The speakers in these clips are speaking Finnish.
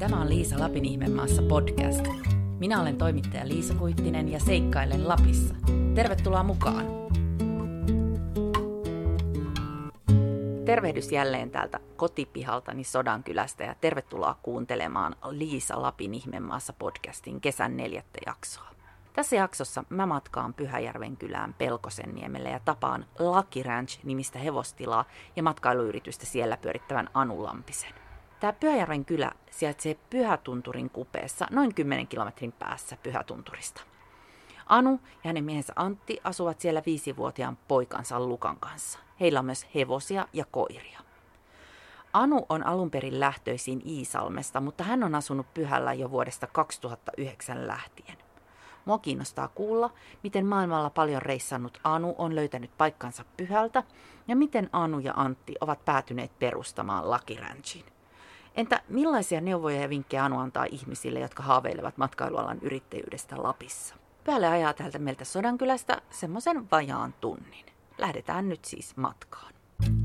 Tämä on Liisa Lapin ihmemaassa podcast. Minä olen toimittaja Liisa Kuittinen ja seikkailen Lapissa. Tervetuloa mukaan! Tervehdys jälleen täältä kotipihaltani Sodankylästä ja tervetuloa kuuntelemaan Liisa Lapin ihmemaassa podcastin kesän 4. jaksoa. Tässä jaksossa mä matkaan Pyhäjärven kylään Pelkosenniemelle ja tapaan Lucky Ranch-nimistä hevostilaa ja matkailuyritystä siellä pyörittävän Anu Lampisen. Tämä Pyhäjärven kylä sijaitsee Pyhätunturin kupeessa noin 10 kilometrin päässä Pyhätunturista. Anu ja hänen miehensä Antti asuvat siellä 5-vuotiaan poikansa Lukan kanssa. Heillä on myös hevosia ja koiria. Anu on alun perin lähtöisin Iisalmesta, mutta hän on asunut Pyhällä jo vuodesta 2009 lähtien. Mua kiinnostaa kuulla, miten maailmalla paljon reissannut Anu on löytänyt paikkansa Pyhältä ja miten Anu ja Antti ovat päätyneet perustamaan Lucky Ranchin. Entä millaisia neuvoja ja vinkkejä Anu antaa ihmisille, jotka haaveilevat matkailualan yrittäjyydestä Lapissa? Pyhälle ajaa täältä meiltä Sodankylästä semmoisen vajaan tunnin. Lähdetään nyt siis matkaan.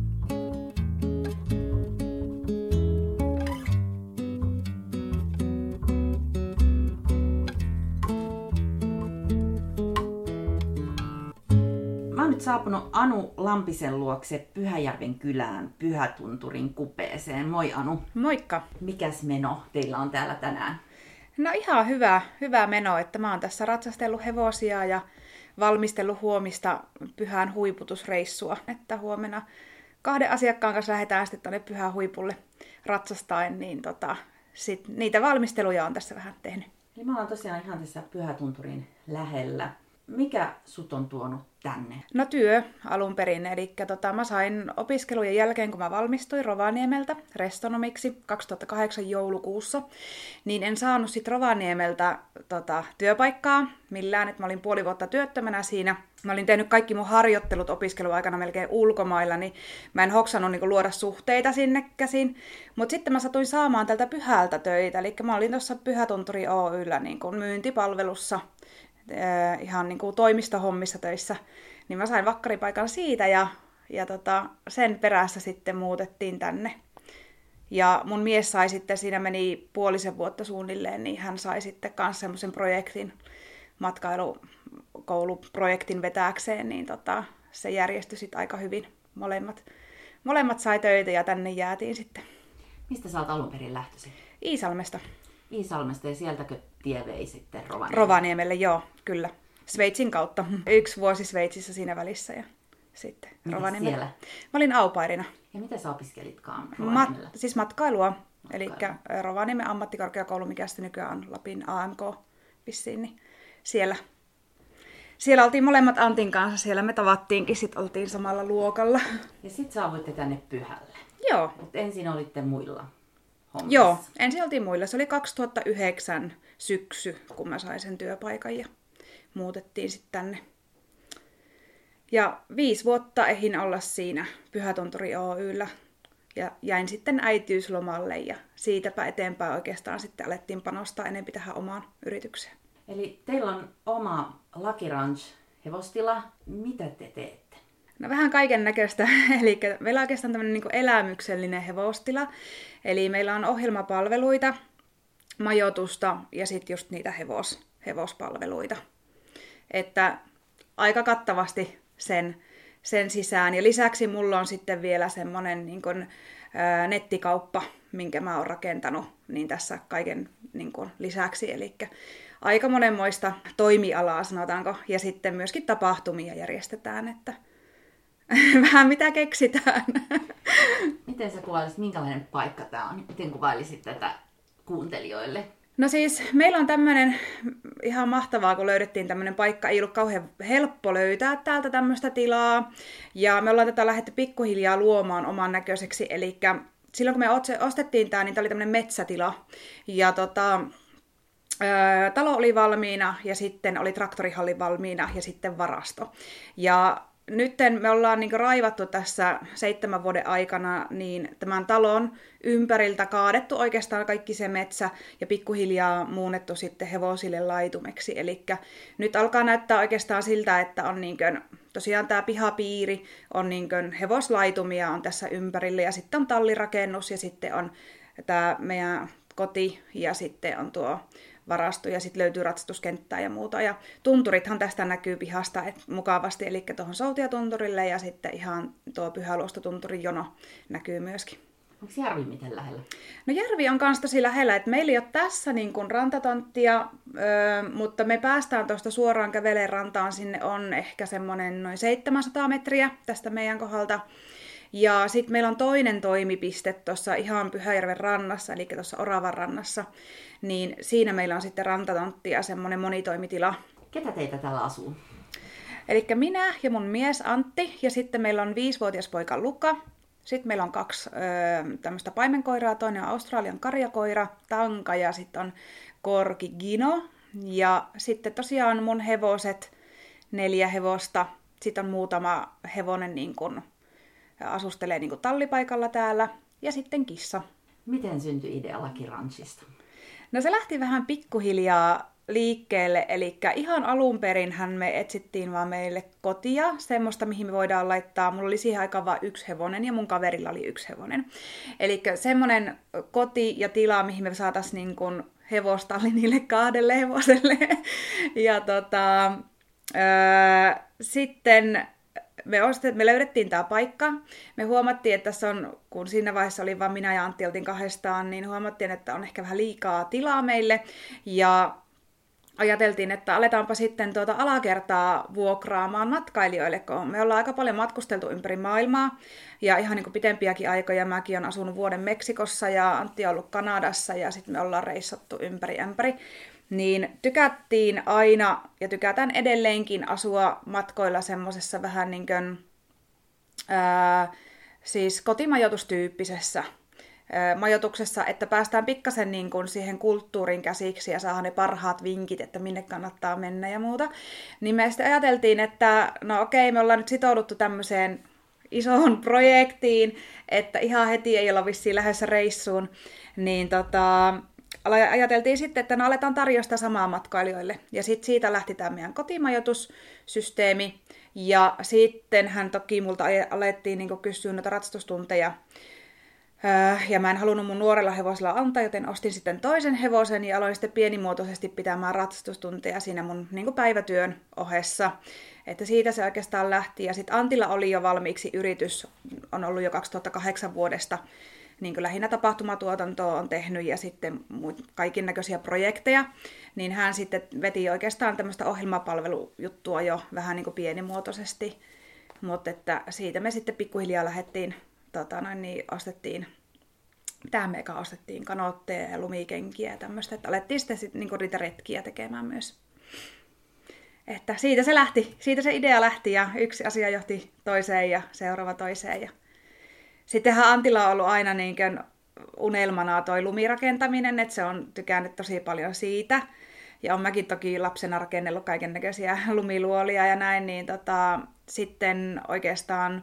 Mä oon nyt saapunut Anu Lampisen luokse Pyhäjärven kylään Pyhätunturin kupeeseen. Moi Anu. Moikka. Mikäs meno teillä on täällä tänään? No ihan hyvä meno, että mä oon tässä ratsastellut hevosia ja valmistellut huomista pyhän huiputusreissua. Että huomenna 2 asiakkaan kanssa lähdetään sitten tuonne pyhän huipulle ratsastaen, niin sit niitä valmisteluja on tässä vähän tehnyt. Eli me ollaan tosiaan ihan tässä Pyhätunturin lähellä. Mikä sut on tuonut tänne? No työ alun perin, eli mä sain opiskelujen jälkeen, kun mä valmistuin Rovaniemeltä restonomiksi 2008 joulukuussa, niin en saanut sit Rovaniemeltä työpaikkaa millään, että mä olin 5 vuotta työttömänä siinä. Mä olin tehnyt kaikki mun harjoittelut opiskeluaikana melkein ulkomailla, niin mä en hoksannut luoda suhteita sinne käsin. Mutta sitten mä satuin saamaan tältä Pyhältä töitä, eli mä olin tuossa Pyhätunturi Oy:llä myyntipalvelussa, ihan toimistohommissa töissä, niin mä sain vakkaripaikan siitä ja sen perässä sitten muutettiin tänne. Ja mun mies sai sitten, siinä meni 5,5 vuotta suunnilleen, niin hän sai sitten myös semmoisen projektin, matkailukouluprojektin vetääkseen, niin se järjestyi sitten aika hyvin. Molemmat sai töitä ja tänne jäätiin sitten. Mistä sä oot alun perin lähtöisin? Iisalmesta. Iisalmesta ja sieltäkö tie vei sitten Rovaniemelle? Rovaniemelle, joo, kyllä. Sveitsin kautta. 1 vuosi Sveitsissä siinä välissä ja sitten Rovaniemelle. Siellä? Mä olin au pairina. Ja mitä sä opiskelitkaan Rovaniemellä? Siis matkailua. Eli Rovaniemen ammattikorkeakoulu, mikä sitten nykyään on Lapin AMK vissiin, niin siellä oltiin molemmat Antin kanssa, siellä me tavattiinkin, sitten oltiin samalla luokalla. Ja sitten saavuitte tänne Pyhälle. Joo. Et ensin olitte muilla hommissa. Joo, ensin oltiin muilla. Se oli 2009 syksy, kun mä sain sen työpaikan ja muutettiin sitten tänne. Ja 5 vuotta ehdin olla siinä Pyhätunturi Oy:llä ja jäin sitten äitiyslomalle ja siitäpä eteenpäin oikeastaan sitten alettiin panostaa enemmän tähän omaan yritykseen. Eli teillä on oma Lucky Ranch hevostila. Mitä te teette? No vähän kaiken näköistä. Eli meillä on oikeastaan tämmöinen elämyksellinen hevostila. Eli meillä on ohjelmapalveluita, majoitusta ja sitten just niitä hevospalveluita. Että aika kattavasti sen sisään. Ja lisäksi mulla on sitten vielä semmoinen nettikauppa, minkä mä oon rakentanut niin tässä kaiken lisäksi. Eli aika monenmoista toimialaa, sanotaanko. Ja sitten myöskin tapahtumia järjestetään, että vähän mitä keksitään. Miten sä kuvailisit, minkälainen paikka tää on? Miten kuvailisit tätä kuuntelijoille? No siis, meillä on tämmöinen ihan mahtavaa, kun löydettiin tämmöinen paikka. Ei ollut kauhean helppo löytää täältä tämmöistä tilaa. Ja me ollaan tätä lähdetty pikkuhiljaa luomaan oman näköiseksi. Eli silloin kun me ostettiin tää, niin tää oli tämmöinen metsätila. Ja talo oli valmiina ja sitten oli traktorihalli valmiina ja sitten varasto. Ja nyt me ollaan raivattu tässä 7 vuoden aikana niin tämän talon ympäriltä kaadettu oikeastaan kaikki se metsä ja pikkuhiljaa muunnettu sitten hevosille laitumeksi. Eli nyt alkaa näyttää oikeastaan siltä, että on tosiaan tämä pihapiiri, on hevoslaitumia on tässä ympärillä ja sitten on tallirakennus ja sitten on tämä meidän koti ja sitten on tuo varasto ja sitten löytyy ratsastuskenttää ja muuta. Ja tunturithan tästä näkyy pihasta mukavasti, eli tuohon Soutiatunturille ja sitten ihan tuo Pyhäluostotunturin jono näkyy myöskin. Onko järvi miten lähellä? No järvi on kans tosi lähellä, että meillä ei ole tässä niin kuin rantatonttia, mutta me päästään tuosta suoraan käveleen rantaan, sinne on ehkä semmoinen noin 700 metriä tästä meidän kohdalta. Ja sitten meillä on toinen toimipiste tuossa ihan Pyhäjärven rannassa, eli tuossa Oravan rannassa, niin siinä meillä on sitten rantatontti ja semmoinen monitoimitila. Ketä teitä täällä asuu? Eli minä ja mun mies Antti, ja sitten meillä on 5-vuotias poika Luka. Sitten meillä on 2 tämmöistä paimenkoiraa, toinen on Australian karjakoira, Tanka, ja sitten on Korki Gino. Ja sitten tosiaan mun hevoset, 4 hevosta, sitten on muutama hevonen niin kun asustelee niin kuin tallipaikalla täällä, ja sitten kissa. Miten syntyi idea Lucky Ranchista? No se lähti vähän pikkuhiljaa liikkeelle, eli ihan alun perinhän me etsittiin vaan meille kotia, semmoista mihin me voidaan laittaa, mulla oli siihen aikaan vain 1 hevonen ja mun kaverilla oli 1 hevonen. Eli semmoinen koti ja tila, mihin me saataisiin niin kuin hevostalli niille 2 hevoselle. Ja sitten me löydettiin tämä paikka. Me huomattiin, että tässä on, kun siinä vaiheessa oli vain minä ja Antti oltiin 2, niin huomattiin, että on ehkä vähän liikaa tilaa meille. Ja ajateltiin, että aletaanpa sitten alakertaa vuokraamaan matkailijoille, kun me ollaan aika paljon matkusteltu ympäri maailmaa. Ja ihan niin kuin pitempiäkin aikoja. Mäkin olen asunut vuoden Meksikossa ja Antti on ollut Kanadassa ja sitten me ollaan reissattu ympäri ämpäri. Niin tykättiin aina ja tykätään edelleenkin asua matkoilla semmosessa vähän niin kuin, siis kotimajoitustyyppisessä majoituksessa, että päästään pikkasen niin kuin siihen kulttuurin käsiksi ja saadaan ne parhaat vinkit, että minne kannattaa mennä ja muuta. Niin me sitten ajateltiin, että no okei, me ollaan nyt sitouduttu tämmöiseen isoon projektiin, että ihan heti ei olla vissiin lähdössä reissuun, niin ajateltiin sitten, että aletaan tarjoa sitä samaa matkailijoille. Ja sitten siitä lähti tämä meidän kotimajoitussysteemi. Ja sittenhän toki multa alettiin niin kysyä noita ratsastustunteja. Ja mä en halunnut mun nuorella hevosella antaa, joten ostin sitten toisen hevosen ja aloin sitten pienimuotoisesti pitämään ratsastustunteja siinä mun niin päivätyön ohessa. Että siitä se oikeastaan lähti. Ja sitten Antilla oli jo valmiiksi yritys, on ollut jo 2008 vuodesta. Niin kuin lähinnä tapahtumatuotantoa on tehnyt ja sitten kaikin näköisiä projekteja, niin hän sitten veti oikeastaan tämmöistä ohjelmapalvelujuttua jo vähän niin kuin pienimuotoisesti. Mutta että siitä me sitten pikkuhiljaa lähdettiin, ostettiin, mitähän me ostettiin, kanootteja ja lumikenkiä ja tämmöistä, että alettiin sitten niin kuin niitä retkiä tekemään myös. Että siitä se lähti, siitä se idea lähti ja yksi asia johti toiseen ja seuraava toiseen ja sittenhän Antilla on ollut aina niin kuin unelmana toi lumirakentaminen, että se on tykännyt tosi paljon siitä. Ja on mäkin toki lapsena rakennellut kaikennäköisiä lumiluolia ja näin, niin sitten oikeastaan,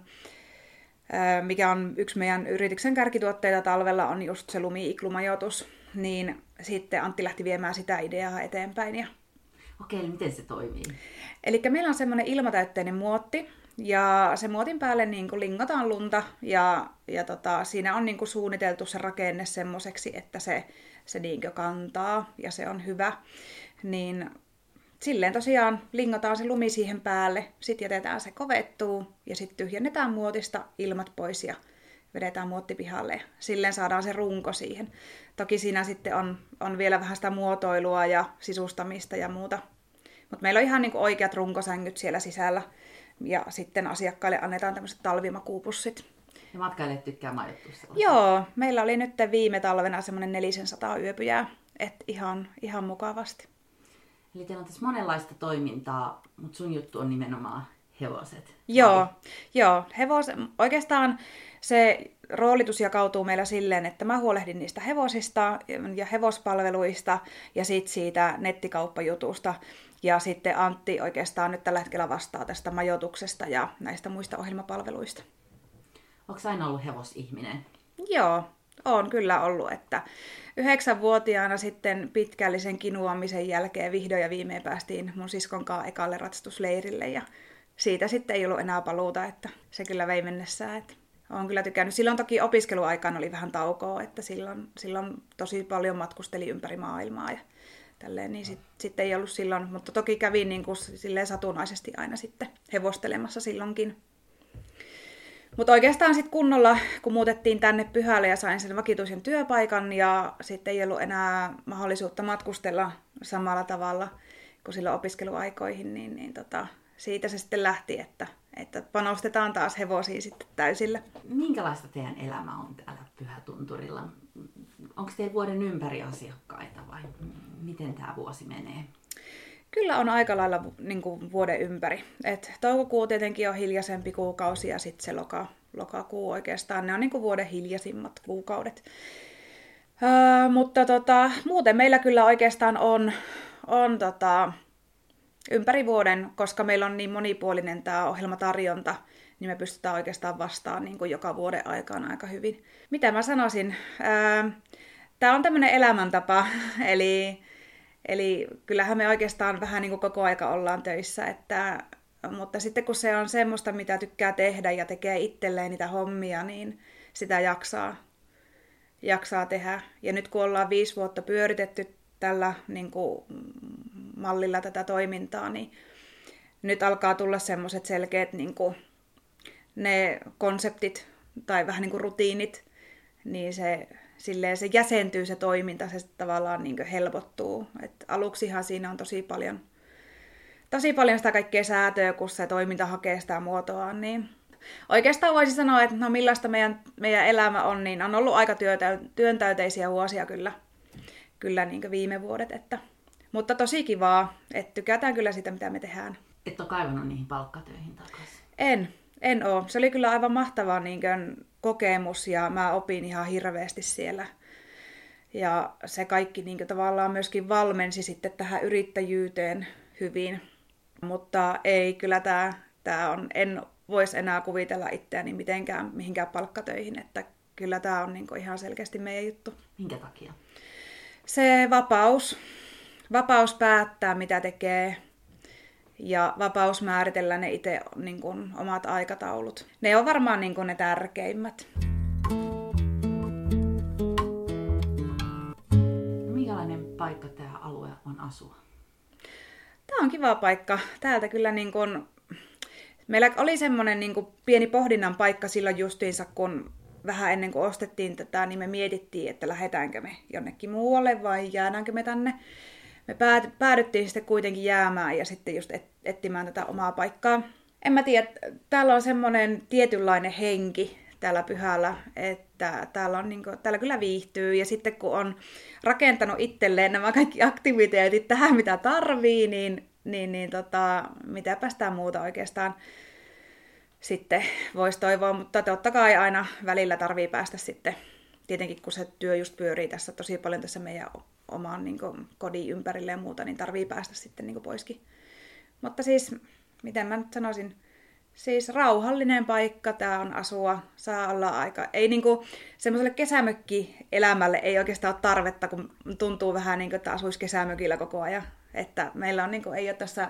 mikä on yksi meidän yrityksen kärkituotteita talvella, on just se lumi-iklumajoitus. Niin sitten Antti lähti viemään sitä ideaa eteenpäin. Ja Okei, miten se toimii? Eli meillä on semmoinen ilmatäytteinen muotti, ja se muotin päälle niin kuin lingotaan lunta, ja siinä on niin kuin suunniteltu se rakenne semmoiseksi, että se niin kuin kantaa, ja se on hyvä. Niin silleen tosiaan lingotaan se lumi siihen päälle, sitten jätetään se kovettuu, ja sitten tyhjennetään muotista ilmat pois, ja vedetään muotti pihalle. Silleen saadaan se runko siihen. Toki siinä sitten on vielä vähän sitä muotoilua ja sisustamista ja muuta. Mutta meillä on ihan niin kuin oikeat runkosängyt siellä sisällä. Ja sitten asiakkaille annetaan tämmöiset talvimakuupussit. Ja matkailijat tykkää majoittua sellaista? Joo, meillä oli nyt viime talvena semmoinen 400 yöpyjää. Että ihan mukavasti. Eli teillä on tässä monenlaista toimintaa, mutta sun juttu on nimenomaan hevoset. Joo. Oikeastaan se roolitus jakautuu meillä silleen, että mä huolehdin niistä hevosista ja hevospalveluista ja sitten siitä nettikauppajutusta. Ja sitten Antti oikeastaan nyt tällä hetkellä vastaa tästä majoituksesta ja näistä muista ohjelmapalveluista. Onko aina ollut hevosihminen? Joo, on kyllä ollut, että 9-vuotiaana sitten pitkällisen kinuamisen jälkeen vihdoin ja viimein päästiin mun siskon kanssa ekalle ratsastusleirille ja siitä sitten ei ollut enää paluuta, että se kyllä vei mennessään, että Olen kyllä tykännyt. Silloin toki opiskeluaikaan oli vähän taukoa, että silloin tosi paljon matkusteli ympäri maailmaa ja tälleen, niin sitten ei ollut silloin, mutta toki kävin niin kuin silleen satunnaisesti aina sitten hevostelemassa silloinkin. Mutta oikeastaan sitten kunnolla, kun muutettiin tänne Pyhälle ja sain sen vakituisen työpaikan ja sitten ei ollut enää mahdollisuutta matkustella samalla tavalla kuin silloin opiskeluaikoihin, niin siitä se sitten lähti, että panostetaan taas hevosiin sitten täysillä. Minkälaista teidän elämä on täällä Pyhätunturilla? Onko teillä vuoden ympäri asiakkaita vai miten tämä vuosi menee? Kyllä on aika lailla niin kuin vuoden ympäri. Toukokuu tietenkin on hiljaisempi kuukausi ja sitten se lokakuu oikeastaan. Ne on niin kuin vuoden hiljaisimmat kuukaudet. Mutta muuten meillä kyllä oikeastaan on ympäri vuoden, koska meillä on niin monipuolinen tämä ohjelmatarjonta, niin me pystytään oikeastaan vastaamaan niin kuin joka vuoden aikaan aika hyvin. Mitä mä sanoisin? Tämä on tämmöinen elämäntapa, eli kyllähän me oikeastaan vähän niin kuin koko aika ollaan töissä, mutta sitten kun se on semmoista, mitä tykkää tehdä ja tekee itselleen niitä hommia, niin sitä jaksaa tehdä. Ja nyt kun ollaan 5 vuotta pyöritetty tällä niin kuin mallilla tätä toimintaa, niin nyt alkaa tulla semmoiset selkeät niin kuin ne konseptit tai vähän niin kuin rutiinit, niin se jäsentyy se toiminta, se tavallaan niin kuin helpottuu. Et aluksihan siinä on tosi paljon sitä kaikkea säätöä, kun se toiminta hakee sitä muotoaan. Niin oikeastaan voisin sanoa, että no millaista meidän elämä on, niin on ollut aika työntäyteisiä vuosia kyllä niin kuin viime vuodet. Mutta tosi kivaa, että tykätään kyllä sitä, mitä me tehdään. Et ole kaivannut niihin palkkatöihin takaisin? En ole. Se oli kyllä aivan mahtava niin kuin kokemus ja mä opin ihan hirveästi siellä. Ja se kaikki niin kuin tavallaan myöskin valmensi sitten tähän yrittäjyyteen hyvin. Mutta ei, kyllä tämä on, en voisi enää kuvitella itseäni mitenkään mihinkään palkkatöihin, että kyllä tämä on niin kuin ihan selkeästi meidän juttu. Minkä takia? Se vapaus päättää, mitä tekee, ja vapaus määritellä ne itse niin kuin omat aikataulut. Ne on varmaan niin kuin ne tärkeimmät. Minkälainen paikka tämä alue on asua? Tämä on kiva paikka. Täältä kyllä niin kuin meillä oli semmoinen niin kuin pieni pohdinnan paikka silloin justiinsa, kun vähän ennen kuin ostettiin tätä, niin me mietittiin, että lähdetäänkö me jonnekin muualle vai jäädäänkö me tänne. Me päädyttiin sitten kuitenkin jäämään ja sitten just etsimään tätä omaa paikkaa. En mä tiedä, täällä on semmoinen tietynlainen henki täällä Pyhällä, että täällä kyllä viihtyy. Ja sitten kun on rakentanut itselleen nämä kaikki aktiviteetit tähän, mitä tarvii, niin mitäpä sitä muuta oikeastaan sitten voisi toivoa. Mutta totta kai aina välillä tarvii päästä sitten, tietenkin kun se työ just pyörii tässä tosi paljon tässä meidän oman niin kuin kodin ympärille ja muuta, niin tarvii päästä sitten niin kuin poiskin. Mutta siis, miten mä nyt sanoisin, siis rauhallinen paikka, tää on asua, saa olla aika, ei niinku semmoiselle kesämökkielämälle ei oikeastaan ole tarvetta, kun tuntuu vähän niin kuin, että asuisi kesämökillä koko ajan. Että meillä on niinku, ei ole tässä,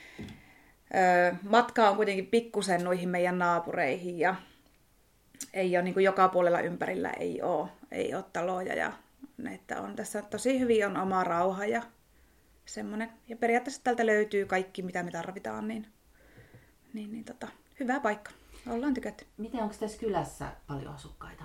matkaa on kuitenkin pikkusen noihin meidän naapureihin ja ei ole niinku joka puolella ympärillä, ei ole taloja ja että on tässä tosi hyvin on oma rauha ja semmoinen. Ja periaatteessa täältä löytyy kaikki, mitä me tarvitaan, niin hyvä paikka. Ollaan tykätty. Miten, onko tässä kylässä paljon asukkaita?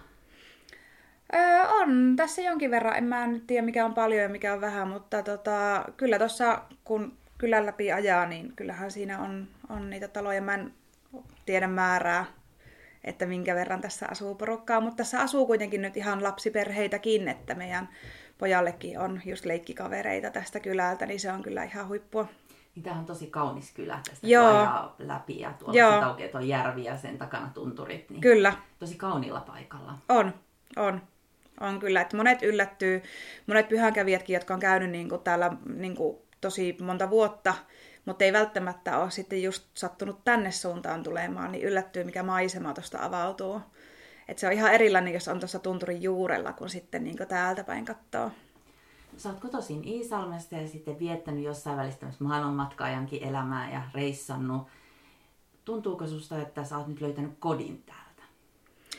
On tässä jonkin verran. En mä nyt tiedä, mikä on paljon ja mikä on vähän, mutta kyllä tuossa, kun kylän läpi ajaa, niin kyllähän siinä on niitä taloja. Mä en tiedä määrää, että minkä verran tässä asuu porukkaa, mutta tässä asuu kuitenkin nyt ihan lapsiperheitäkin, että meidän pojallekin on just leikkikavereita tästä kylältä, niin se on kyllä ihan huippua. Niin tämä on tosi kaunis kylä tästä, kun ajaa läpi ja tuolla sit aukeat on järvi ja sen takana tunturit. Niin kyllä. Tosi kauniilla paikalla. On kyllä, että monet yllättyy, monet pyhänkävijätkin, jotka on käynyt niin kuin täällä niin kuin tosi monta vuotta, mutta ei välttämättä ole sitten just sattunut tänne suuntaan tulemaan, niin yllättyy, mikä maisema tuosta avautuu. Et se on ihan erilainen, jos on tuossa tunturin juurella, kun sitten niin kuin täältä päin katsoo. Sä oot kotoisin Iisalmesta ja sitten viettänyt jossain välissä tämmöistä maailmanmatkaajankin elämää ja reissannut. Tuntuuko susta, että sä oot nyt löytänyt kodin täältä?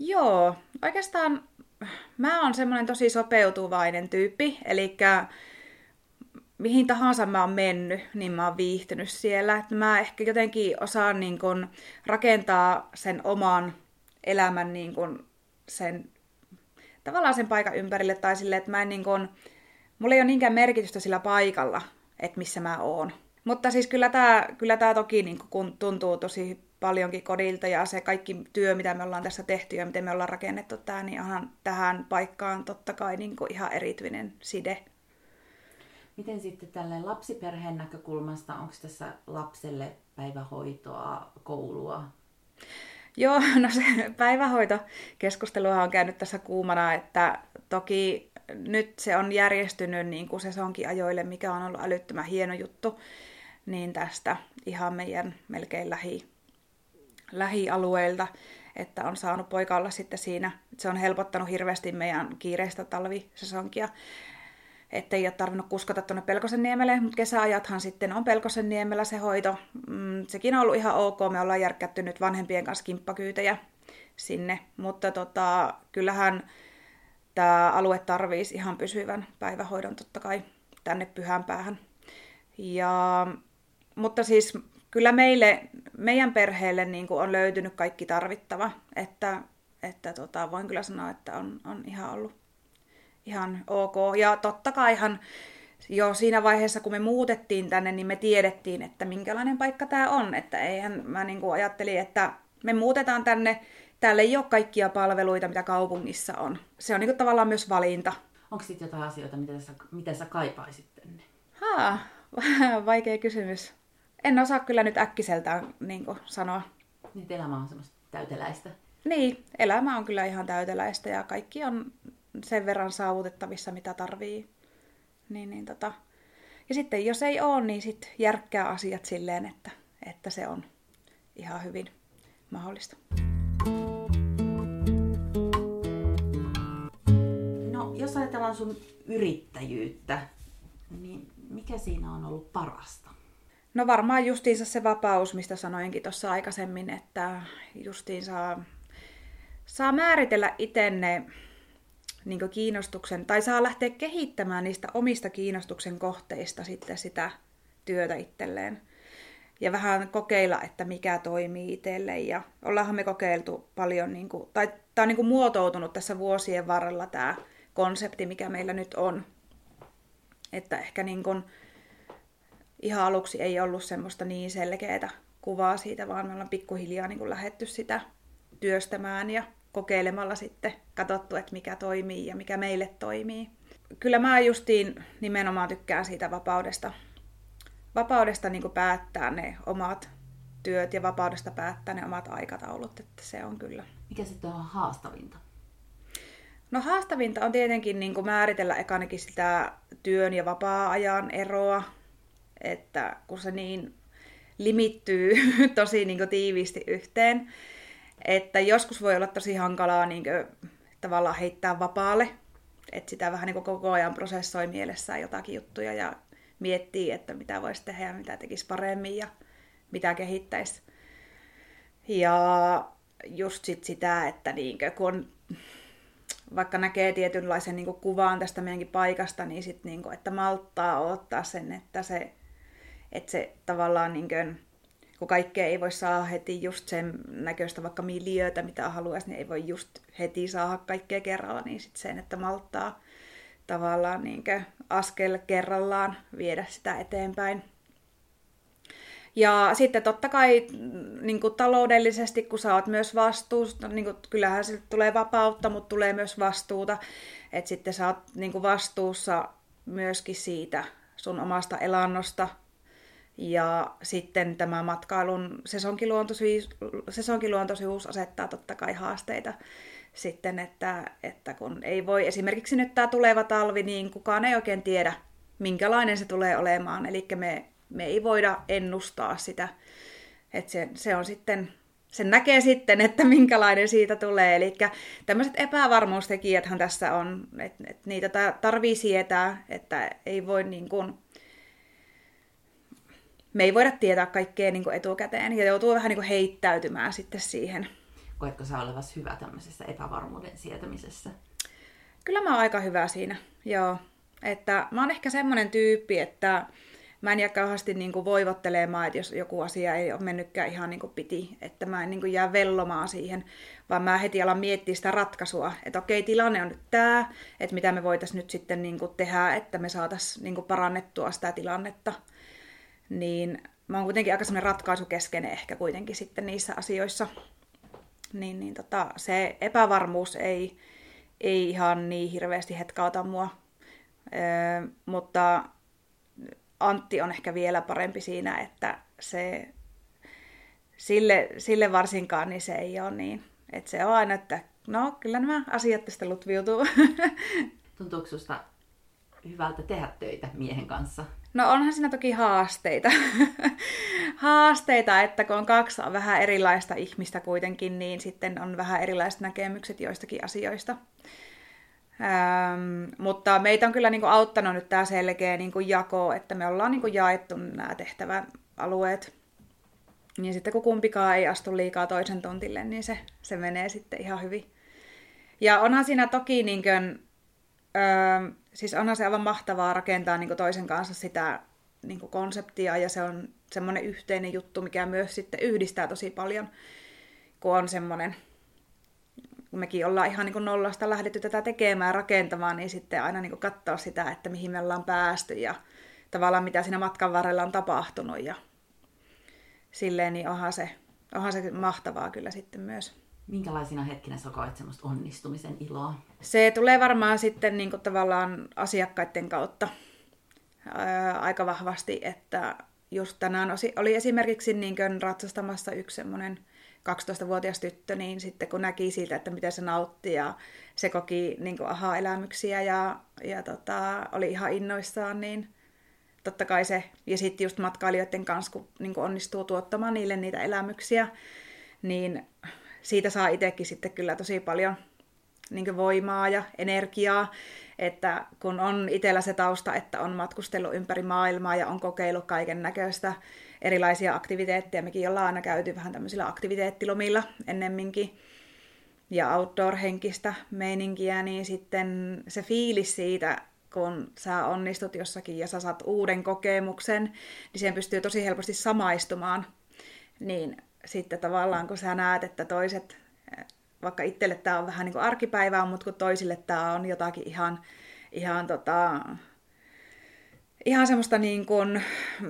Joo, oikeastaan mä oon semmoinen tosi sopeutuvainen tyyppi, eli mihin tahansa mä oon mennyt, niin mä oon viihtynyt siellä. Että mä ehkä jotenkin osaan niin kun rakentaa sen oman elämän niin kun sen, tavallaan sen paikan ympärille, tai silleen, että mä en niin kun, mulla ei ole niinkään merkitystä sillä paikalla, että missä mä oon. Mutta siis kyllä tää toki niin kun tuntuu tosi paljonkin kodilta, ja se kaikki työ, mitä me ollaan tässä tehty ja miten me ollaan rakennettu tää, niin onhan tähän paikkaan totta kai niin kun ihan erityinen side. Miten sitten tälle lapsiperheen näkökulmasta, onko tässä lapselle päivähoitoa, koulua? Joo, no se päivähoitokeskustelua on käynyt tässä kuumana, että toki nyt se on järjestynyt niin kuin sesonkiajoille, mikä on ollut älyttömän hieno juttu, niin tästä ihan meidän melkein lähialueilta, että on saanut poika olla sitten siinä. Se on helpottanut hirveästi meidän kiireistä talvisesonkia, ettei ole tarvinnut kuskata tuonne Pelkosenniemelle, mutta kesäajathan sitten on Pelkosenniemellä se hoito. Sekin on ollut ihan ok, me ollaan järkkätty nyt vanhempien kanssa kimppakyytejä sinne, mutta kyllähän tämä alue tarvitsisi ihan pysyvän päivähoidon totta kai tänne Pyhänpäähän. Mutta siis kyllä meidän perheelle niin kuin on löytynyt kaikki tarvittava, että voin kyllä sanoa, että on ihan ollut ihan ok. Ja totta kaihan jo siinä vaiheessa, kun me muutettiin tänne, niin me tiedettiin, että minkälainen paikka tämä on. Että eihän mä niin kuin ajattelin, että me muutetaan tänne, täällä ei ole kaikkia palveluita, mitä kaupungissa on. Se on niin kuin tavallaan myös valinta. Onko sitten jotain asioita, mitä sä kaipaisit tänne? Vaikea kysymys. En osaa kyllä nyt äkkiseltään niin kuin sanoa. Niin, elämä on semmoista täyteläistä. Niin, elämä on kyllä ihan täyteläistä ja kaikki on sen verran saavutettavissa, mitä tarvii. Ja sitten jos ei ole, niin sitten järkkää asiat silleen, että se on ihan hyvin mahdollista. No, jos ajatellaan sun yrittäjyyttä, niin mikä siinä on ollut parasta? No varmaan justiinsa se vapaus, mistä sanoinkin tuossa aikaisemmin, että justiin saa määritellä itse ne niin kiinnostuksen, tai saa lähteä kehittämään niistä omista kiinnostuksen kohteista sitten sitä työtä itselleen. Ja vähän kokeilla, että mikä toimii itselle. Ja ollaanhan me kokeiltu paljon, tai tämä on niin kuin muotoutunut tässä vuosien varrella tämä konsepti, mikä meillä nyt on. Että ehkä niin kuin ihan aluksi ei ollut semmoista niin selkeää kuvaa siitä, vaan me ollaan pikkuhiljaa niin kuin lähdetty sitä työstämään ja kokeilemalla sitten katsottu, että mikä toimii ja mikä meille toimii. Kyllä mä justiin nimenomaan tykkään siitä vapaudesta niin kuin päättää ne omat työt ja vapaudesta päättää ne omat aikataulut, että se on kyllä. Mikä sitten on haastavinta? No haastavinta on tietenkin niin kuin määritellä ekanakin sitä työn ja vapaa-ajan eroa, että kun se niin limittyy tosi niin kuin tiiviisti yhteen, että joskus voi olla tosi hankalaa niin kuin, tavallaan heittää vapaalle, että sitä vähän niin kuin koko ajan prosessoi mielessään jotakin juttuja ja miettii, että mitä voisi tehdä ja mitä tekisi paremmin ja mitä kehittäisi. Ja just sitä, että niin kuin, kun vaikka näkee tietynlaisen niin kuin kuvan tästä meidänkin paikasta, niin sit, niin kuin, että malttaa odottaa sen, että se tavallaan niin kuin, kun kaikkea ei voi saada heti just sen näköistä vaikka miljöötä, mitä haluaisi, niin ei voi just heti saada kaikkea kerralla, niin sitten sen, että malttaa tavallaan niin kuin askel kerrallaan viedä sitä eteenpäin. Ja sitten totta kai niin kuin taloudellisesti, kun sä oot myös vastuussa, niin kuin, kyllähän siltä tulee vapautta, mutta tulee myös vastuuta, että sitten sä oot niin kuin vastuussa myöskin siitä sun omasta elannosta. Ja sitten tämä matkailun sesonkiluontoisuus asettaa totta kai haasteita sitten, että kun ei voi esimerkiksi nyt tämä tuleva talvi, niin kukaan ei oikein tiedä, minkälainen se tulee olemaan. Eli me ei voida ennustaa sitä, että se on sitten, sen näkee sitten, että minkälainen siitä tulee. Eli tämmöiset epävarmuustekijäthän tässä on, että niitä tarvii sietää, että ei voi niin kuin, me ei voida tietää kaikkea niin kuin etukäteen ja joutuu vähän niin kuin heittäytymään sitten siihen. Koetko sä olevasi hyvä tämmöisessä epävarmuuden sietämisessä? Kyllä mä oon aika hyvä siinä, joo. Että mä oon ehkä semmoinen tyyppi, että mä en jää kauheasti niin kuin voivottelemaan, että jos joku asia ei ole mennytkään ihan niin kuin piti, että mä en niin kuin jää vellomaan siihen, vaan mä heti alan miettiä sitä ratkaisua, että okei, tilanne on nyt tämä, että mitä me voitaisiin nyt sitten niin kuin tehdä, että me saataisiin niin kuin parannettua sitä tilannetta. Niin mä oon kuitenkin aika semmoinen ratkaisukeskeinen ehkä kuitenkin sitten niissä asioissa. Se epävarmuus ei ihan niin hirveästi hetkauta mua, mutta Antti on ehkä vielä parempi siinä, että sille varsinkaan niin se ei ole niin. Että se on aina, että no kyllä nämä asiat tästä lutviutuu. Tuntuuko susta hyvältä tehdä töitä miehen kanssa? No onhan siinä toki haasteita. Haasteita, että kun on kaksi vähän erilaista ihmistä kuitenkin, niin sitten on vähän erilaiset näkemykset joistakin asioista. Mutta meitä on kyllä niin kuin auttanut nyt tämä selkeä niin kuin jako, että me ollaan niin kuin jaettu nämä tehtäväalueet. Ja sitten kun kumpikaan ei astu liikaa toisen tontille, niin se menee sitten ihan hyvin. Ja onhan siinä toki, niin kuin, siis onhan se aivan mahtavaa rakentaa niin kuin toisen kanssa sitä niin kuin konseptia, ja se on semmoinen yhteinen juttu, mikä myös sitten yhdistää tosi paljon, kun on semmoinen, kun mekin ollaan ihan niin kuin nollasta lähdetty tätä tekemään ja rakentamaan, niin sitten aina niin kuin katsoa sitä, että mihin me ollaan päästy ja tavallaan mitä siinä matkan varrella on tapahtunut. Ja silleen niin onhan se mahtavaa kyllä sitten myös. Minkälaisina hetkinä sä koet semmoista onnistumisen iloa? Se tulee varmaan sitten niin kuin tavallaan asiakkaiden kautta aika vahvasti, että just tänään oli esimerkiksi niin kuin ratsastamassa yksi semmoinen 12-vuotias tyttö, niin sitten kun näki siitä, että miten se nautti ja se koki niin kuin aha-elämyksiä ja oli ihan innoissaan, niin totta kai se, ja sitten just matkailijoiden kanssa, kun niin kuin onnistuu tuottamaan niille niitä elämyksiä, niin siitä saa itsekin sitten kyllä tosi paljon niin kuin voimaa ja energiaa, että kun on itsellä se tausta, että on matkustellut ympäri maailmaa ja on kokeillut kaiken näköistä erilaisia aktiviteetteja. Mekin ollaan aina käyty vähän tämmöisillä aktiviteettilomilla ennemminkin ja outdoor-henkistä meininkiä, niin sitten se fiilis siitä, kun sä onnistut jossakin ja sä saat uuden kokemuksen, niin siihen pystyy tosi helposti samaistumaan. Niin sitten tavallaan kun sä näet, että toiset, vaikka itselle tämä on vähän niin kuin arkipäivää, mutta kun toisille tämä on jotakin ihan semmoista niin kuin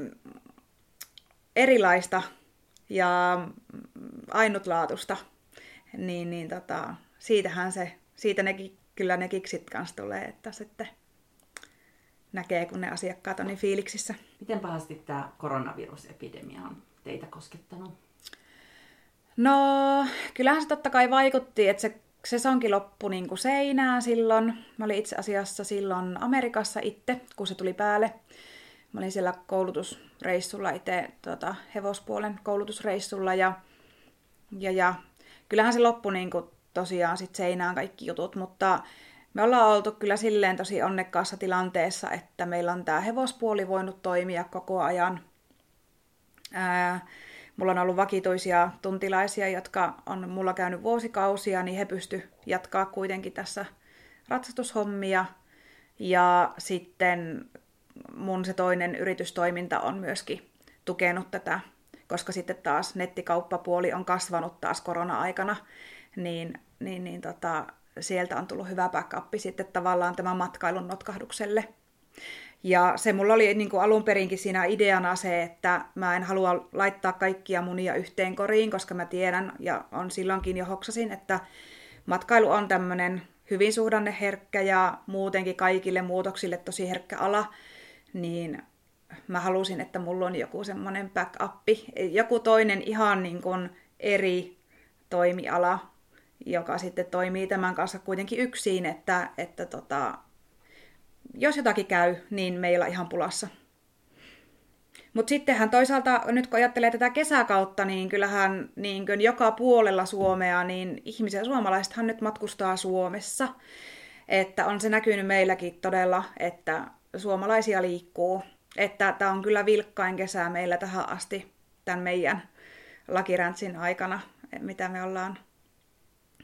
erilaista ja ainutlaatuista, niin siitä ne kiksit kanssa tulee, että sitten näkee, kun ne asiakkaat on niin fiiliksissä. Miten pahasti tämä koronavirusepidemia on teitä koskettanut? No, kyllähän se totta kai vaikutti, että se sesonki loppui niin kuin seinään silloin. Mä olin itse asiassa silloin Amerikassa itse, kun se tuli päälle. Mä olin siellä koulutusreissulla itse, hevospuolen koulutusreissulla ja kyllähän se loppui niin kuin tosiaan sit seinään kaikki jutut, mutta me ollaan oltu kyllä silleen tosi onnekkaassa tilanteessa, että meillä on tämä hevospuoli voinut toimia koko ajan. Mulla on ollut vakituisia tuntilaisia, jotka on mulla käynyt vuosikausia, niin he pysty jatkaa kuitenkin tässä ratsastushommia. Ja sitten mun se toinen yritystoiminta on myöskin tukenut tätä, koska sitten taas nettikauppapuoli on kasvanut taas korona-aikana, niin sieltä on tullut hyvä backup sitten tavallaan tämän matkailun notkahdukselle. Ja se mulla oli niin kuin alun perinkin siinä ideana se, että mä en halua laittaa kaikkia munia yhteen koriin, koska mä tiedän ja on silloinkin jo hoksasin, että matkailu on tämmöinen hyvin suhdanneherkkä ja muutenkin kaikille muutoksille tosi herkkä ala, niin mä halusin, että mulla on joku semmoinen backup, joku toinen ihan niin kuin eri toimiala, joka sitten toimii tämän kanssa kuitenkin yksin, että jos jotakin käy, niin meillä on ihan pulassa. Mutta sittenhän toisaalta, nyt kun ajattelee tätä kesäkautta, niin kyllähän niin joka puolella Suomea, niin suomalaisethan nyt matkustaa Suomessa. Että on se näkynyt meilläkin todella, että suomalaisia liikkuu. Että tämä on kyllä vilkkain kesä meillä tähän asti, tämän meidän Lucky Ranchsin aikana, mitä me ollaan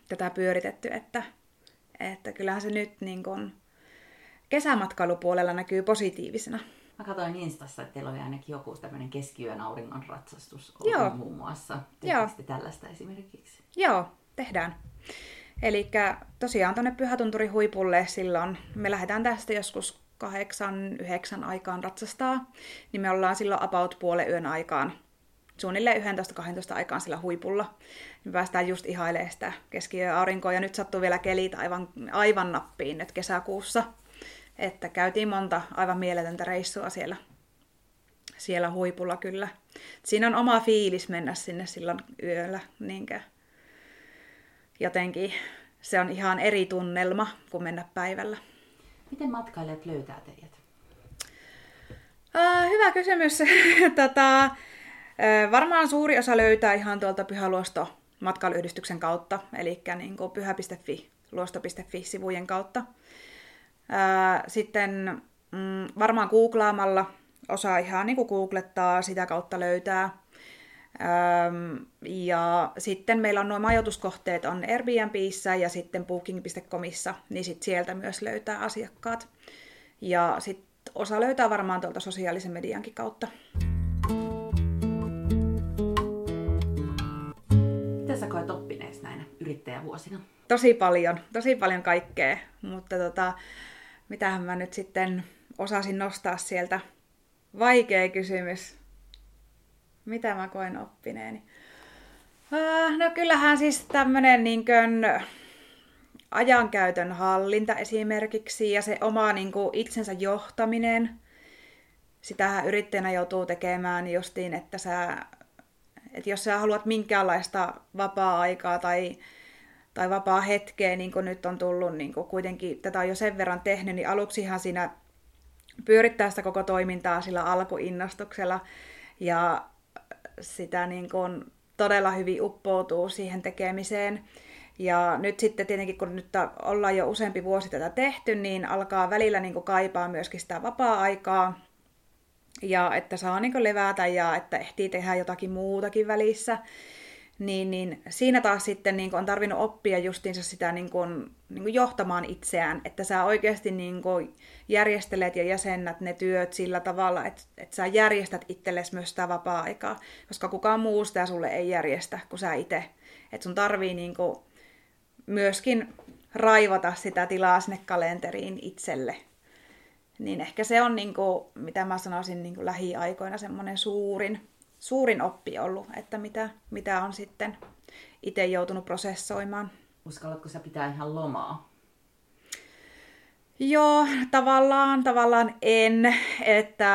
tätä pyöritetty, että kyllähän se nyt niin kuin kesämatkailupuolella näkyy positiivisena. Mä katsoin Instassa, että teillä oli ainakin joku tämmöinen keskiyön auringon ratsastus muun muassa. Teettekö tällaista esimerkiksi? Joo, tehdään. Eli tosiaan tuonne Pyhätunturin huipulle silloin, me lähdetään tästä joskus 8-9 aikaan ratsastaa, niin me ollaan silloin about puolen yön aikaan, suunnilleen 11-12 aikaan sillä huipulla. Me päästään just ihailemaan sitä keskiyön aurinkoa, ja nyt sattuu vielä kelit aivan nappiin nyt kesäkuussa. Että käytiin monta aivan mieletöntä reissua siellä huipulla kyllä. Siinä on oma fiilis mennä sinne silloin yöllä. Niinkö? Jotenkin se on ihan eri tunnelma kuin mennä päivällä. Miten matkailijat löytää teidät? Hyvä kysymys. Varmaan suuri osa löytää ihan tuolta Pyhäluosto matkailuyhdistyksen kautta, eli niin kuin pyhä.fi, luosto.fi-sivujen kautta. Sitten varmaan googlaamalla osaa ihan niin kuin googlettaa, sitä kautta löytää. Ja sitten meillä on nuo majoituskohteet on Airbnbissä ja sitten booking.comissa, niin sit sieltä myös löytää asiakkaat. Ja sitten osa löytää varmaan tuolta sosiaalisen mediankin kautta. Mitä sä koet oppineesi näinä yrittäjävuosina? Tosi paljon kaikkea, mutta mitähän mä nyt sitten osasin nostaa sieltä. Vaikea kysymys. Mitä mä koen oppineeni? No kyllähän siis tämmönen niinkön ajankäytön hallinta esimerkiksi ja se oma niinku itsensä johtaminen. Sitähän yrittäjänä joutuu tekemään justiin, että jos sä haluat minkäänlaista vapaa-aikaa tai vapaa hetkeä, niin kuin nyt on tullut, niin kuin kuitenkin tätä on jo sen verran tehnyt, niin aluksihan siinä pyörittää sitä koko toimintaa sillä alkuinnostuksella ja sitä niin kuin todella hyvin uppoutuu siihen tekemiseen. Ja nyt sitten tietenkin, kun nyt ollaan jo useampi vuosi tätä tehty, niin alkaa välillä niin kuin kaipaa myöskin sitä vapaa-aikaa ja että saa niin kuin levätä ja että ehtii tehdä jotakin muutakin välissä. Niin siinä taas sitten niin on tarvinnut oppia justiinsa sitä niin kuin johtamaan itseään, että sä oikeasti niin kuin järjestelet ja jäsennät ne työt sillä tavalla, että sä järjestät itsellesi myös sitä vapaa-aikaa, koska kukaan muu sitä sulle ei järjestä kuin sä itse. Että sun tarvii niin kuin myöskin raivata sitä tilaa sinne kalenteriin itselle. Niin ehkä se on, niin kuin, mitä mä sanoisin, niin kuin lähiaikoina semmoinen suurin oppi ollut, että mitä on sitten itse joutunut prosessoimaan. Uskallatko sä pitää ihan lomaa? Joo, tavallaan en, että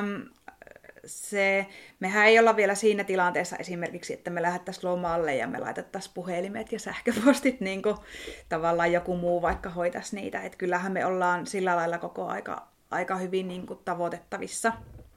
mehän ei olla vielä siinä tilanteessa esimerkiksi, että me lähdettäisiin lomalle ja me laitettaisiin puhelimet ja sähköpostit, niin kuin tavallaan joku muu vaikka hoitaisi niitä. Että kyllähän me ollaan sillä lailla koko aika hyvin niin kuin tavoitettavissa.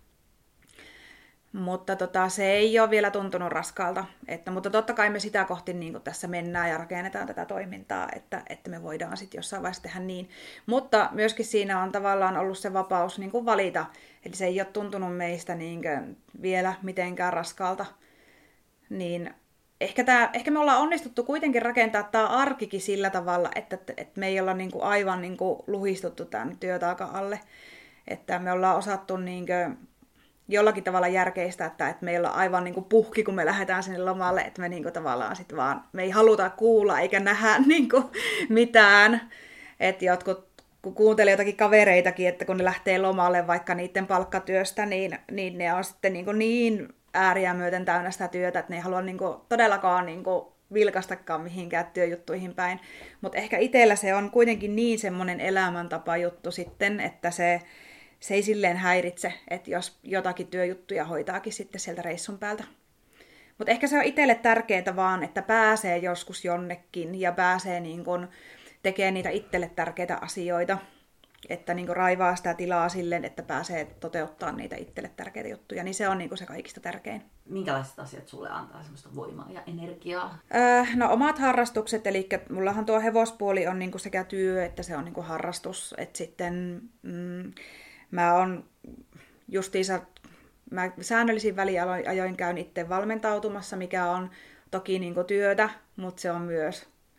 Mutta se ei ole vielä tuntunut raskaalta. Mutta totta kai me sitä kohti niin tässä mennään ja rakennetaan tätä toimintaa, että me voidaan sitten jossain vaiheessa tehdä niin. Mutta myöskin siinä on tavallaan ollut se vapaus niin kuin valita. Eli se ei ole tuntunut meistä niin vielä mitenkään raskaalta. Niin ehkä me ollaan onnistuttu kuitenkin rakentaa tämä arkikin sillä tavalla, että me ei olla niin kuin aivan niin kuin luhistuttu tämän työtaakan alle. Että me ollaan osattu niin kuin jollakin tavalla järkeistä, että me ei olla aivan niin kuin puhki, kun me lähdetään sinne lomalle, että me niin kuin tavallaan sit vaan, me ei haluta kuulla eikä nähdä niin kuin mitään. Että jotkut, kun kuuntelee jotakin kavereitakin, että kun ne lähtee lomalle vaikka niiden palkkatyöstä, niin ne on sitten niin ääriä myöten täynnä sitä työtä, että ne ei halua niin kuin todellakaan niin kuin vilkastakaan mihinkään työjuttuihin päin. Mutta ehkä itsellä se on kuitenkin niin semmoinen elämäntapa juttu sitten, että se ei silleen häiritse, että jos jotakin työjuttuja hoitaakin sitten sieltä reissun päältä. Mutta ehkä se on itselle tärkeää vaan, että pääsee joskus jonnekin ja pääsee niin kun tekemään niitä itselle tärkeitä asioita. Että niin kun raivaa sitä tilaa silleen, että pääsee toteuttamaan niitä itselle tärkeitä juttuja. Niin se on niin kun se kaikista tärkein. Minkälaiset asiat sulle antaa semmoista voimaa ja energiaa? No omat harrastukset, eli mullahan tuo hevospuoli on niin kun sekä työ että se on niin kun harrastus. Että sitten mä oon justiinsa, mä säännöllisin väliajoin käyn itse valmentautumassa, mikä on toki niin kuin työtä, mutta se on myös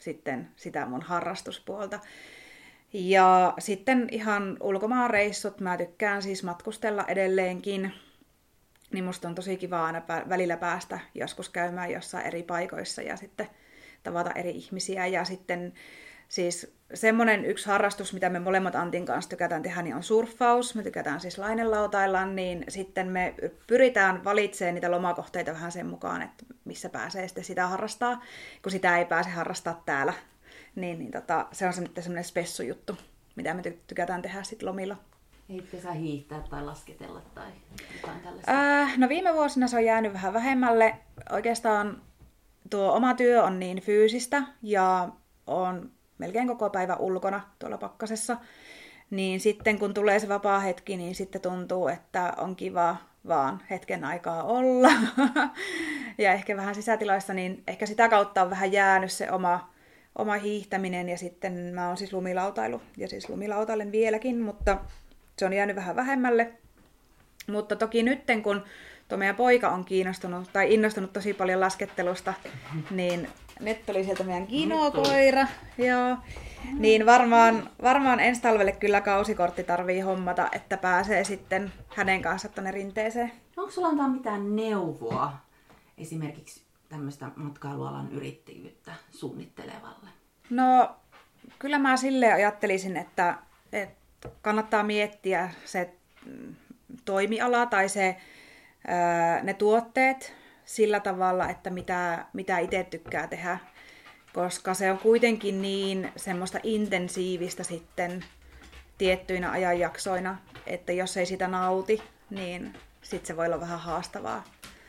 sitten sitä mun harrastuspuolta. Ja sitten ihan ulkomaanreissut, mä tykkään siis matkustella edelleenkin, niin musta on tosi kiva aina välillä päästä joskus käymään jossain eri paikoissa ja sitten tavata eri ihmisiä. Ja sitten siis semmoinen yksi harrastus, mitä me molemmat Antin kanssa tykätään tehdä, niin on surffaus. Me tykätään siis lainelautailla, niin sitten me pyritään valitsemaan niitä lomakohteita vähän sen mukaan, että missä pääsee sitten sitä harrastaa, kun sitä ei pääse harrastaa täällä. Se on semmoinen spessujuttu, mitä me tykätään tehdä sitten lomilla. Eikö sä hiihtää tai lasketella tai jotain tällaista? No viime vuosina se on jäänyt vähän vähemmälle. Oikeastaan tuo oma työ on niin fyysistä ja on melkein koko päivä ulkona tuolla pakkasessa. Niin sitten kun tulee se vapaa hetki, niin sitten tuntuu, että on kiva vaan hetken aikaa olla. Ja ehkä vähän sisätiloissa, niin ehkä sitä kautta on vähän jäänyt se oma hiihtäminen. Ja sitten mä oon siis lumilautailu ja siis lumilautailen vieläkin, mutta se on jäänyt vähän vähemmälle. Mutta toki nytten, kun tuo meidän poika on kiinnostunut tai innostunut tosi paljon laskettelusta, niin nyt tuli sieltä meidän kinokoira. Joo. Niin varmaan ensi talvelle kyllä kausikortti tarvii hommata, että pääsee sitten hänen kanssa tuonne rinteeseen. Onko sulla antaa mitään neuvoa esimerkiksi tämmöistä matkailualan yrittäjyyttä suunnittelevalle? No, kyllä mä silleen ajattelisin, että kannattaa miettiä se toimiala tai ne tuotteet sillä tavalla, että mitä itse tykkää tehdä, koska se on kuitenkin niin semmoista intensiivistä sitten tiettyinä ajanjaksoina, että jos ei sitä nauti, niin sitten se voi olla vähän haastavaa.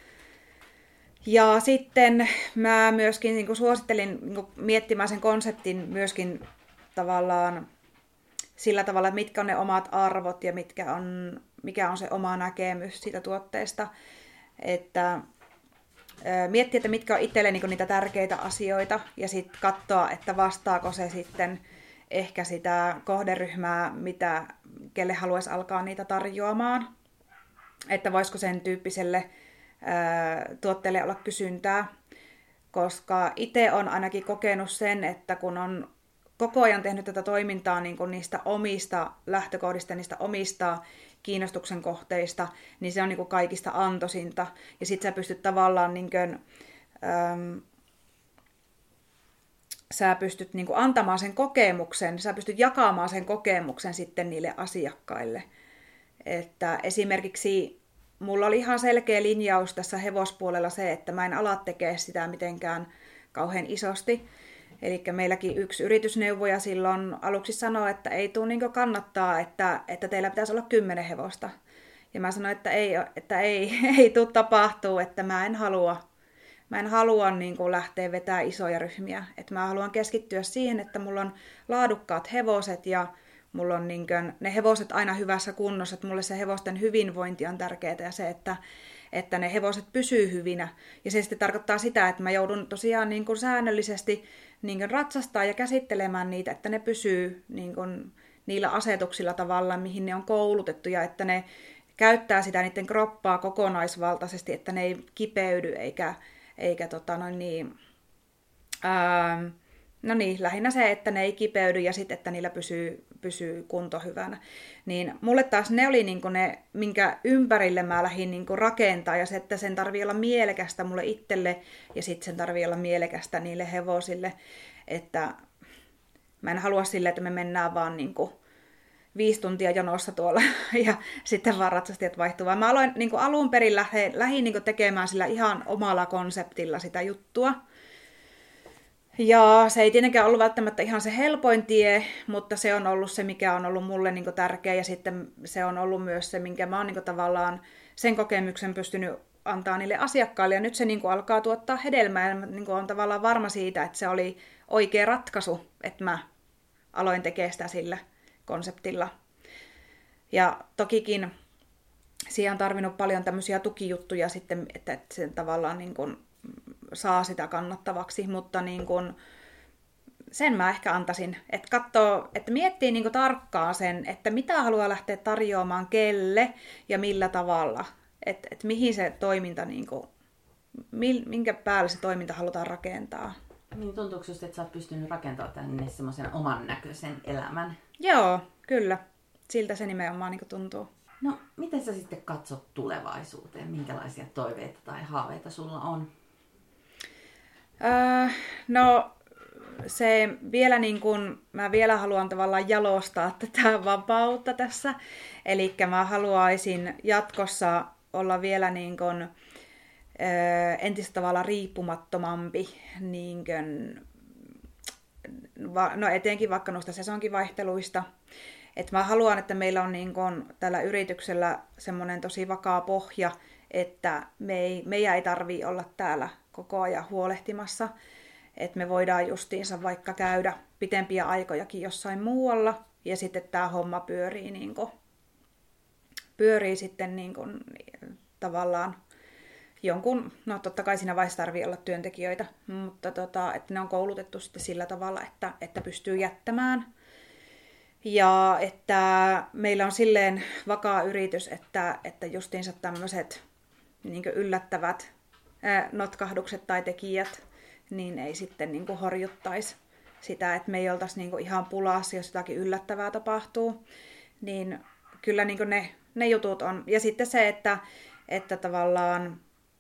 Ja sitten mä myöskin niin suosittelin niin miettimään sen konseptin myöskin tavallaan sillä tavalla, että mitkä on ne omat arvot ja mikä on se oma näkemys siitä tuotteesta. Että miettiä, että mitkä on itselle niin niitä tärkeitä asioita ja sitten katsoa, että vastaako se sitten ehkä sitä kohderyhmää, kelle haluaisi alkaa niitä tarjoamaan. Että voisiko sen tyyppiselle tuotteelle olla kysyntää. Koska itse on ainakin kokenut sen, että kun on koko ajan tehnyt tätä toimintaa niin kuin niistä omista lähtökohdista, niistä omista kiinnostuksen kohteista, niin se on niin kuin kaikista antoisinta. Ja sit sä pystyt tavallaan sä pystyt niin kuin antamaan sen kokemuksen, sä pystyt jakamaan sen kokemuksen sitten niille asiakkaille. Että esimerkiksi mulla oli ihan selkeä linjaus tässä hevospuolella se, että mä en ala tekemään sitä mitenkään kauhean isosti. Eli meilläkin yksi yritysneuvoja silloin aluksi sanoi, että ei tule niin kannattaa, että teillä pitäisi olla 10 hevosta. Ja mä sanoin, että ei tule tapahtuu, että mä en halua niin kuin lähteä vetämään isoja ryhmiä. Että mä haluan keskittyä siihen, että mulla on laadukkaat hevoset ja mulla on niin kuin ne hevoset aina hyvässä kunnossa. Että mulle se hevosten hyvinvointi on tärkeää ja se, että ne hevoset pysyy hyvinä. Ja se sitten tarkoittaa sitä, että mä joudun tosiaan niin kuin säännöllisesti niin kuin ratsastaa ja käsittelemään niitä, että ne pysyy niin kuin niillä asetuksilla tavallaan, mihin ne on koulutettu ja että ne käyttää sitä niiden kroppaa kokonaisvaltaisesti, että ne ei kipeydy eikä lähinnä se, että ne ei kipeydy ja sitten, että niillä pysyy kunto hyvänä. Niin mulle taas ne oli niinku ne, minkä ympärille mä lähdin niinku rakentaa ja se, että sen tarvii olla mielekästä mulle itselle ja sitten sen tarvii olla mielekästä niille hevosille. Että mä en halua sille, että me mennään vaan niinku 5 tuntia jonossa tuolla ja sitten vaan ratsastajat vaihtuu. Vaan mä aloin niinku alun perin lähdin niinku tekemään sillä ihan omalla konseptilla sitä juttua. Ja se ei tietenkään ollut välttämättä ihan se helpoin tie, mutta se on ollut se, mikä on ollut mulle niin kuin tärkeä. Ja sitten se on ollut myös se, minkä mä oon niin kuin tavallaan sen kokemuksen pystynyt antaa niille asiakkaille. Ja nyt se niin kuin alkaa tuottaa hedelmää. Ja mä niin kuin olen tavallaan varma siitä, että se oli oikea ratkaisu, että mä aloin tekemään sitä sillä konseptilla. Ja tokikin siihen on tarvinnut paljon tämmöisiä tukijuttuja sitten, että sen tavallaan niin kuin saa sitä kannattavaksi, mutta niin kun, sen mä ehkä antaisin, että katsoo, että miettii niin kun tarkkaan sen, että mitä haluaa lähteä tarjoamaan kelle ja millä tavalla, että mihin se toiminta, niin kun, minkä päälle se toiminta halutaan rakentaa. Niin tuntuuko just, että sä oot pystynyt rakentamaan tänne semmoisen oman näköisen elämän? Joo, kyllä. Siltä se nimenomaan niin tuntuu. No, miten sä sitten katsot tulevaisuuteen? Minkälaisia toiveita tai haaveita sulla on? No, se vielä niin kuin, mä vielä haluan tavallaan jalostaa tätä vapautta tässä. Eli mä haluaisin jatkossa olla vielä niin kuin, entistä tavalla riippumattomampi, niin kuin, no etenkin vaikka noista sesonkivaihteluista. Et mä haluan, että meillä on niin kun tällä yrityksellä semmoinen tosi vakaa pohja, että meidän ei tarvitse olla täällä koko ajan huolehtimassa. Että me voidaan justiinsa vaikka käydä pitempiä aikojakin jossain muualla, ja sitten tämä homma pyörii sitten niin kun, tavallaan jonkun, no totta kai siinä vaiheessa tarvitsee olla työntekijöitä, mutta että ne on koulutettu sitten sillä tavalla, että pystyy jättämään. Ja että meillä on silleen vakaa yritys, että justiinsa tämmöiset niin yllättävät notkahdukset tai tekijät, niin ei sitten niin horjuttaisi sitä, että me ei oltaisi niin ihan pulassa, jos jotakin yllättävää tapahtuu. Niin kyllä niin ne jutut on. Ja sitten se, että tavallaan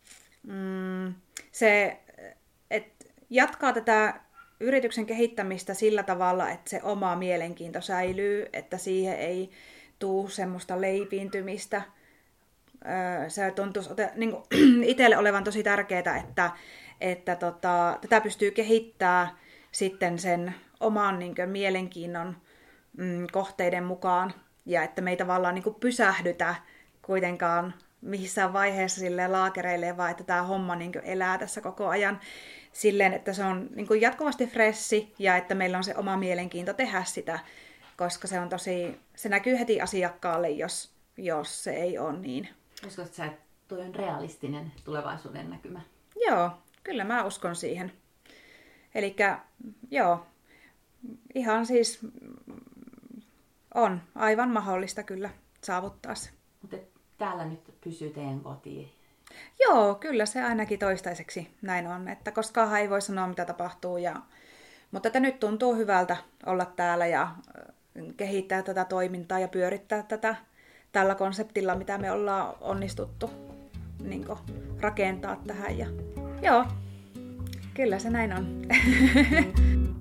se, että jatkaa tätä yrityksen kehittämistä sillä tavalla, että se oma mielenkiinto säilyy, että siihen ei tule semmoista leipiintymistä. Se tuntuisi niin itselle olevan tosi tärkeää, että tätä pystyy kehittämään sitten sen oman niin kuin, mielenkiinnon kohteiden mukaan, ja että me ei tavallaan niin kuin, pysähdytä kuitenkaan missään vaiheessa silleen laakereille, vaan että tämä homma niin kuin, elää tässä koko ajan silleen, että se on niin kuin jatkuvasti fressi ja että meillä on se oma mielenkiinto tehdä sitä, koska se on se näkyy heti asiakkaalle, jos se ei ole niin. Uskotko sä, että tuo on realistinen tulevaisuuden näkymä? Joo, kyllä mä uskon siihen. Elikkä joo, ihan siis on aivan mahdollista kyllä saavuttaa se. Mutta täällä nyt pysyy teidän kotiin. Joo, kyllä se ainakin toistaiseksi näin on, että koskaan ei voi sanoa mitä tapahtuu. Mutta että nyt tuntuu hyvältä olla täällä ja kehittää tätä toimintaa ja pyörittää tätä tällä konseptilla, mitä me ollaan onnistuttu niin rakentaa tähän. Ja joo, kyllä se näin on.